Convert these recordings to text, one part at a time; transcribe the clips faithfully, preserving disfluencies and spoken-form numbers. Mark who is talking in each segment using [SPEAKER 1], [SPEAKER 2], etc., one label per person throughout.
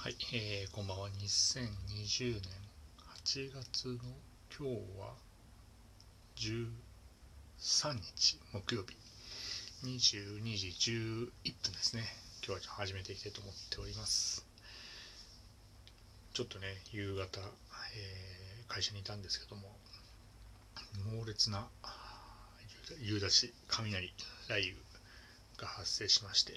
[SPEAKER 1] はい、えー、こんばんは。にせんにじゅうねんはちがつの今日はじゅうさんにち木曜日にじゅうにじじゅういっぷんですね。今日は始めていきたいと思っております。ちょっとね、夕方、えー会社にいたんですけども、猛烈な夕立、雷、雷雨が発生しまして、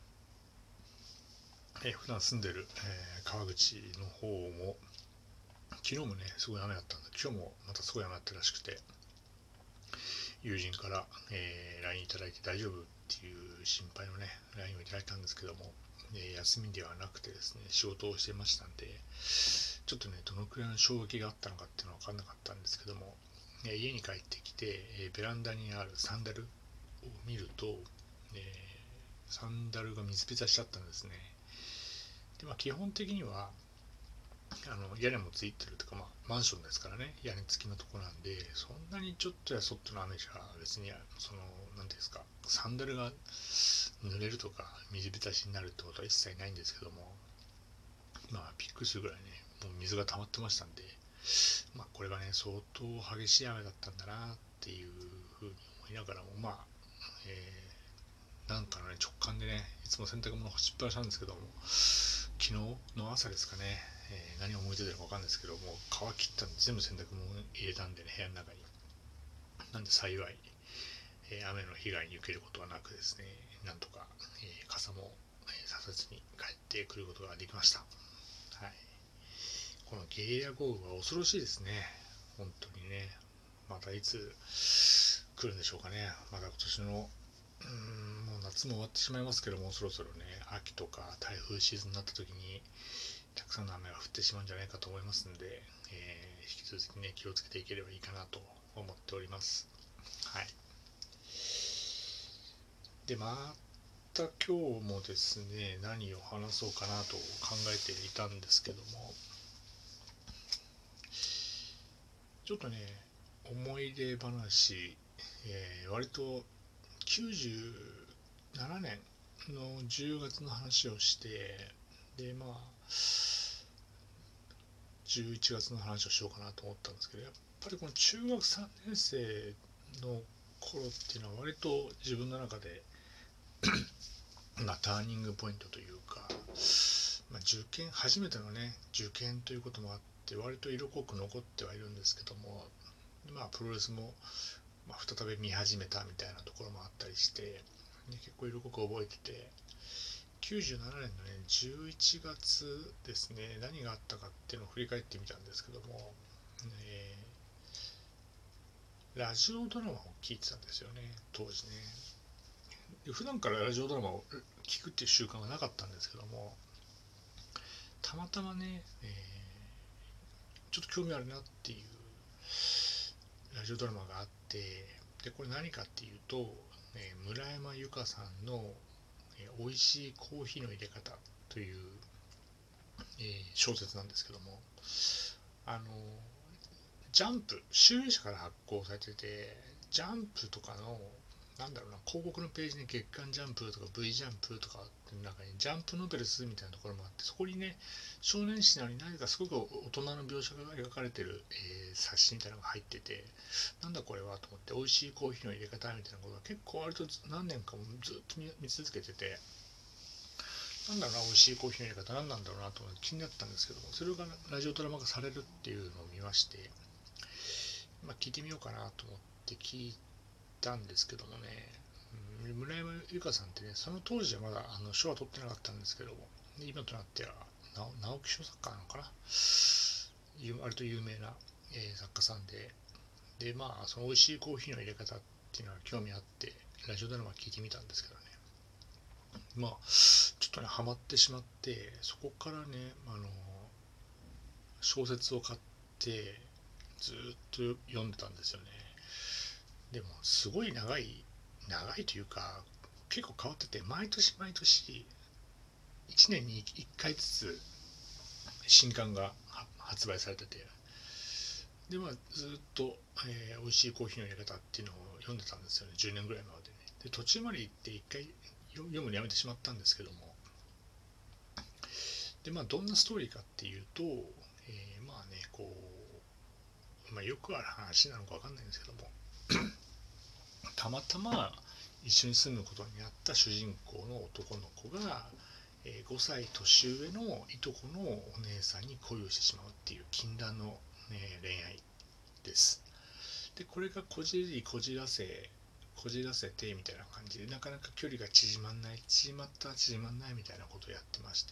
[SPEAKER 1] えー普段住んでる、えー川口の方も昨日もねすごい雨だったんで、今日もまたすごい雨だったらしくて、友人から、えー、ライン いただいて大丈夫っていう心配のね ライン をいただいたんですけども、えー休みではなくてですね、仕事をしてましたんで、ちょっとねどのくらいの衝撃があったのかっていうのは分かんなかったんですけども、えー家に帰ってきて、えーベランダにあるサンダルを見ると、えーサンダルが水浸しちゃったんですね。で、まあ、基本的にはあの屋根もついてるとか、まあ、マンションですからね、屋根付きのとこなんで、そんなにちょっとやそっとの雨じゃ別に、その何ていうんですか、サンダルが濡れるとか水浸しになるってことは一切ないんですけども、まあびっくりするぐらいね、もう水が溜まってましたんで、まあこれがね相当激しい雨だったんだなっていうふうに思いながらも、まあ、えーなんかのね直感でね、いつも洗濯物干しっぱなしなんですけども、昨日の朝ですかね、えー何を思いついたのか分かんないですけども、乾きったんで全部洗濯物入れたんでね、部屋の中に。なんで幸い、えー雨の被害に受けることはなくですね、なんとか、えー傘も、えーささずに帰ってくることができました。はい。このゲリラ豪雨は恐ろしいですね。本当にね。またいつ来るんでしょうかね。また今年のうーんもう夏も終わってしまいますけども、そろそろね、秋とか台風シーズンになった時にたくさんの雨が降ってしまうんじゃないかと思いますので、えー引き続きね気をつけていければいいかなと思っております。はい。で、また今日もですね、何を話そうかなと考えていたんですけども、ちょっとね、思い出話、えー割ときゅうじゅうななねんのじゅうがつの話をして、で、まあ、じゅういちがつの話をしようかなと思ったんですけど、やっぱりこの中学さんねん生の頃っていうのは割と自分の中で、まあ、ターニングポイントというか、まあ、受験初めてのね受験ということもあって割と色濃く残ってはいるんですけども、まあプロレスも、まあ、再び見始めたみたいなところもあったりして、で結構色濃く覚えてて、きゅうじゅうななねんのねじゅういちがつですね、何があったかっていうのを振り返ってみたんですけども、えーラジオドラマを聞いてたんですよね、当時ね。で普段からラジオドラマを聞くっていう習慣はなかったんですけども、たまたまね、えーちょっと興味あるなっていうラジオドラマがあって、でこれ何かっていうと、えー村山由佳さんの、えー「美味しいコーヒーの入れ方」という、えー小説なんですけども、あのジャンプ集英社から発行されてて、ジャンプとかのなんだろうな、広告のページに月刊ジャンプとか V ジャンプとかっていう中にジャンプノベルスみたいなところもあって、そこにね少年誌なのに何かすごく大人の描写が描かれてる、えー冊子みたいなのが入ってて、なんだこれはと思って、美味しいコーヒーの入れ方みたいなことが結構割と何年かもずっと見見続けてて、なんだろうな、美味しいコーヒーの入れ方何なんだろうなと思って気になったんですけども、それがラジオドラマ化されるっていうのを見まして、まあ、聞いてみようかなと思って聞いたんですけどもね、うん、村山由佳さんってね、その当時はまだあの賞は取ってなかったんですけども、今となっては直木賞作家なのかな、割と有名な、えー作家さんで、で、まあ、その美味しいコーヒーの入れ方っていうのは興味あって、ラジオドラマ聞いてみたんですけどね、まあ、ちょっとね、ハマってしまって、そこからね、あの、小説を買って、ずっと読んでたんですよね。でもすごい長い長いというか結構変わってて、毎年毎年いちねんにいっかいずつ新刊が発売されてて、でまあずっと、えー、美味しいコーヒーの入れ方っていうのを読んでたんですよね、じゅうねんぐらいまでね。で途中まで行っていっかい読むのやめてしまったんですけども、 でまあどんなストーリーかっていうと、えー、まあねこう、まあ、よくある話なのか分かんないんですけどもたまたま一緒に住むことになった主人公の男の子が、えー、ごさい年上のいとこのお姉さんに恋をしてしまうっていう禁断の、ね、恋愛です。でこれがこじりこじらせこじらせてみたいな感じでなかなか距離が縮まんない縮まった縮まんないみたいなことをやってまして、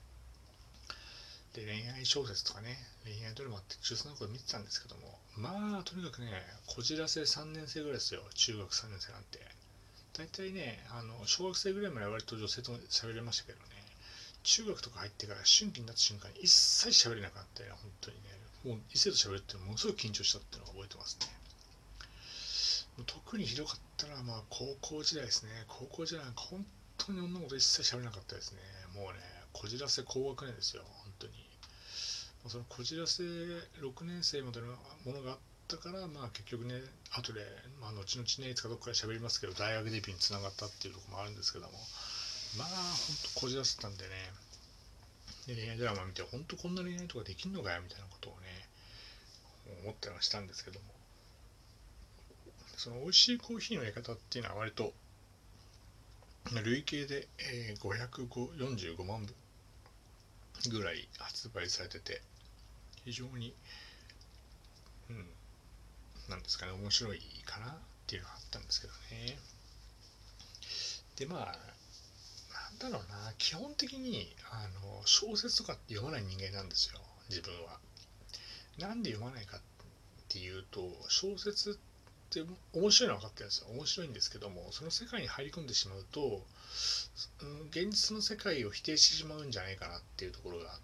[SPEAKER 1] で恋愛小説とかね恋愛ドラマって中さんの頃見てたんですけども、まあとにかくねこじらせさんねん生ぐらいですよ。中学さんねん生なんて大体ねあの小学生ぐらいまでは割と女性と喋れましたけどね、中学とか入ってから春季になった瞬間に一切喋れなくなってね、本当にねもう異性と喋るっていうのものすごい緊張したっていうのを覚えてますね。特にひどかったのはまあ高校時代ですね。高校時代なんか本当に女の子と一切喋れなかったですね。もうねこじらせ高学年ですよ本当に。そのこじらせろくねん生までのものがあったから、まあ結局ね後で、まあ、後々ねいつかどっかで喋りますけど大学デビューにつながったっていうところもあるんですけども、まあ本当こじらせたんでね、で恋愛ドラマ見て本当こんな恋愛とかできんのかよみたいなことをね思ったりはしたんですけども、その美味しいコーヒーの入れ方っていうのは割と累計で、えー、ごひゃくよんじゅうごまんぶぐらい発売されてて、非常に、うん、なんですかね面白いかなっていうのがあったんですけどね。でまあなんだろうな、基本的にあの小説とかって読まない人間なんですよ自分は。なんで読まないかっていうと、小説って面白いのは分かってるんですよ。面白いんですけども、その世界に入り込んでしまうと、うん、現実の世界を否定してしまうんじゃないかなっていうところがあって、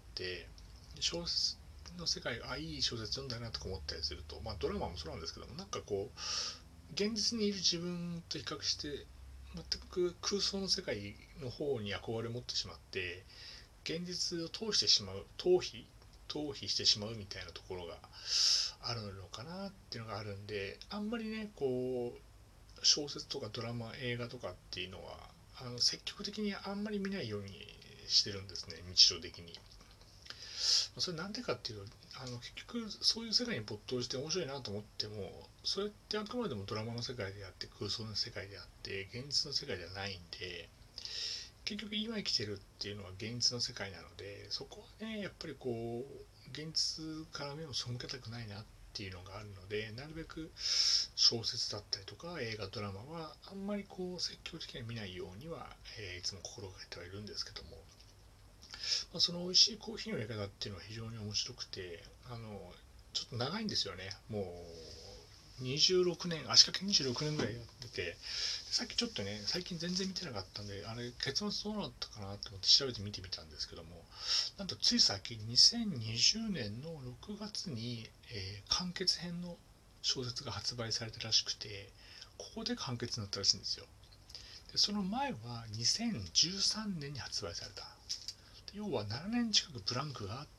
[SPEAKER 1] 小説の世界があいい小説読んだなとか思ったりすると、まあドラマもそうなんですけども、なんかこう現実にいる自分と比較して全く空想の世界の方に憧れを持ってしまって、現実を通してしまう逃避逃避してしまうみたいなところがあるのかなっていうのがあるんで、あんまりねこう小説とかドラマ映画とかっていうのはあの積極的にあんまり見ないようにしてるんですね、日常的に。それなんでかっていうと、あの結局そういう世界に没頭して面白いなと思っても、それってあくまでもドラマの世界であって空想の世界であって現実の世界ではないんで、結局今生きてるっていうのは現実の世界なので、そこはねやっぱりこう現実から目を背けたくないなっていうのがあるので、なるべく小説だったりとか映画ドラマはあんまりこう積極的には見ないようには、えーいつも心がけてはいるんですけども、まあ、その美味しいコーヒーの入れ方っていうのは非常に面白くて、あのちょっと長いんですよね。もうにじゅうろくねん足掛けにじゅうろくねんぐらいやってて、さっきちょっとね最近全然見てなかったんであれ結末どうなったかなと思って調べて見てみたんですけども、なんとつい最近にせんにじゅうねんのろくがつに、えー完結編の小説が発売されたらしくて、ここで完結になったらしいんですよ。でその前はにせんじゅうさんねんに発売された。要はななねん近くブランクがあって、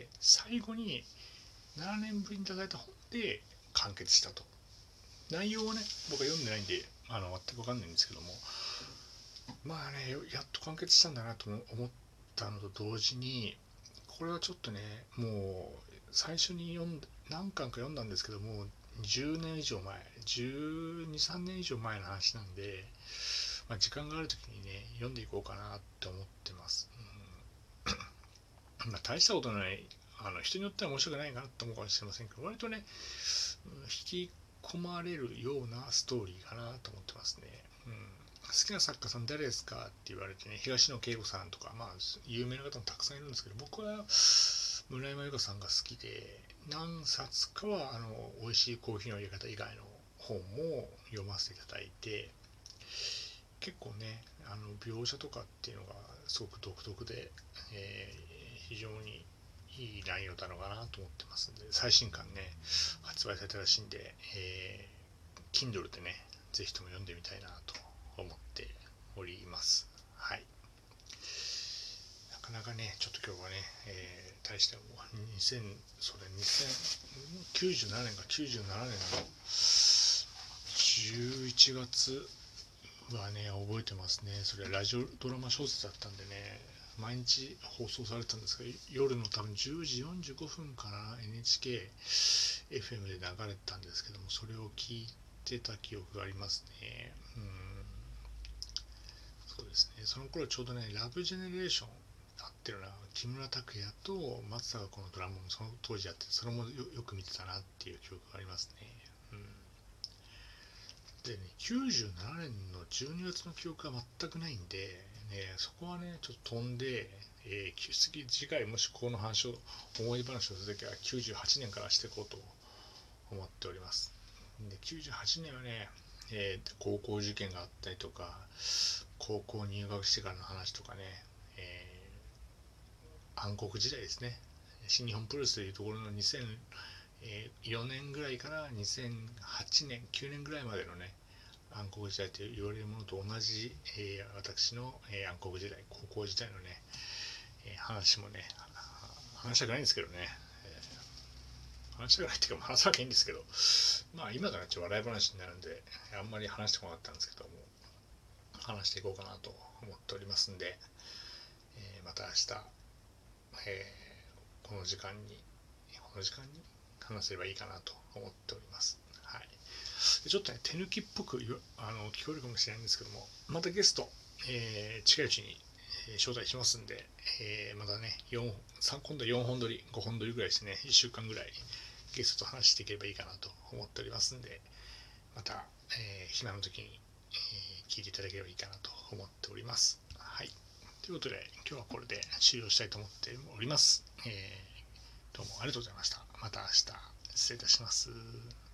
[SPEAKER 1] 最後にななねんぶりにいただいた本で完結したと。内容はね僕は読んでないんであの全く分かんないんですけども、まあねやっと完結したんだなと思ったのと同時に、これはちょっとねもう最初に読んで何巻か読んだんですけども、じゅうねん以上前じゅうに、さんねん以上前の話なんで、まあ、時間がある時にね読んでいこうかなって思ってます。うん、まあ大したことない、あの人によっては面白くないかなと思うかもしれませんけど、割とね引き込まれるようなストーリーかなと思ってますね。うん、好きな作家さん誰ですかって言われてね、東野圭吾さんとか、まあ有名な方もたくさんいるんですけど、僕は村山由佳さんが好きで、何冊かはあの美味しいコーヒーの入れ方以外の本も読ませていただいて、結構ねあの描写とかっていうのがすごく独特で、えー、非常にいい内容だろうかなと思ってますんで、最新刊ね発売されたらしいんで、えー、Kindle でねぜひとも読んでみたいなと思っております。はい。なかなかねちょっと今日はね、えー、大してもにせんそれにせんきゅうじゅうななねんかきゅうじゅうななねんのじゅういちがつはね覚えてますね。それはラジオドラマ小説だったんでね、 毎日放送されてたんですけど、夜の多分じゅうじよんじゅうごふんから エヌエイチケーエフエム で流れてたんですけども、それを聞いてた記憶がありますね。うん、そうですね。その頃ちょうどね、ラブジェネレーションあってるな、木村拓哉と松坂子のドラマもその当時やって、それも よ, よく見てたなっていう記憶がありますね。うん、でね、きゅうじゅうななねんのじゅうにがつの記憶が全くないんで、ね、そこはね、ちょっと飛んで、えー、次, 次回もしこの話を、思い出話をするときはきゅうじゅうはちねんからしていこうと思っております。できゅうじゅうはちねんはね、えー、高校受験があったりとか、高校入学してからの話とかね、えー、暗黒時代ですね。新日本プロレスというところのにせんよねんぐらいからにせんはちねん、きゅうねんぐらいまでのね、暗黒時代と言われるものと同じ、えー、私の、えー、暗黒時代、高校時代のね、えー、話もね、話したくないんですけどね、えー、話したくないっていうか、話さなきゃいいんですけど、まあ今からちょっと笑い話になるんで、あんまり話してこなかったんですけども、話していこうかなと思っておりますんで、えー、また明日、えー、この時間に、この時間に話せればいいかなと思っております。はい。ちょっとね、手抜きっぽくあの聞こえるかもしれないんですけども、またゲスト、えー、近いうちに招待しますんで、えー、またね、よん今度はよんほん撮り、ごほん撮りぐらいですね、いっしゅうかんぐらいゲストと話していければいいかなと思っておりますんで、また、えー、暇の時に、えー、聞いていただければいいかなと思っております。はい。ということで、今日はこれで終了したいと思っております。えー、どうもありがとうございました。また明日、失礼いたします。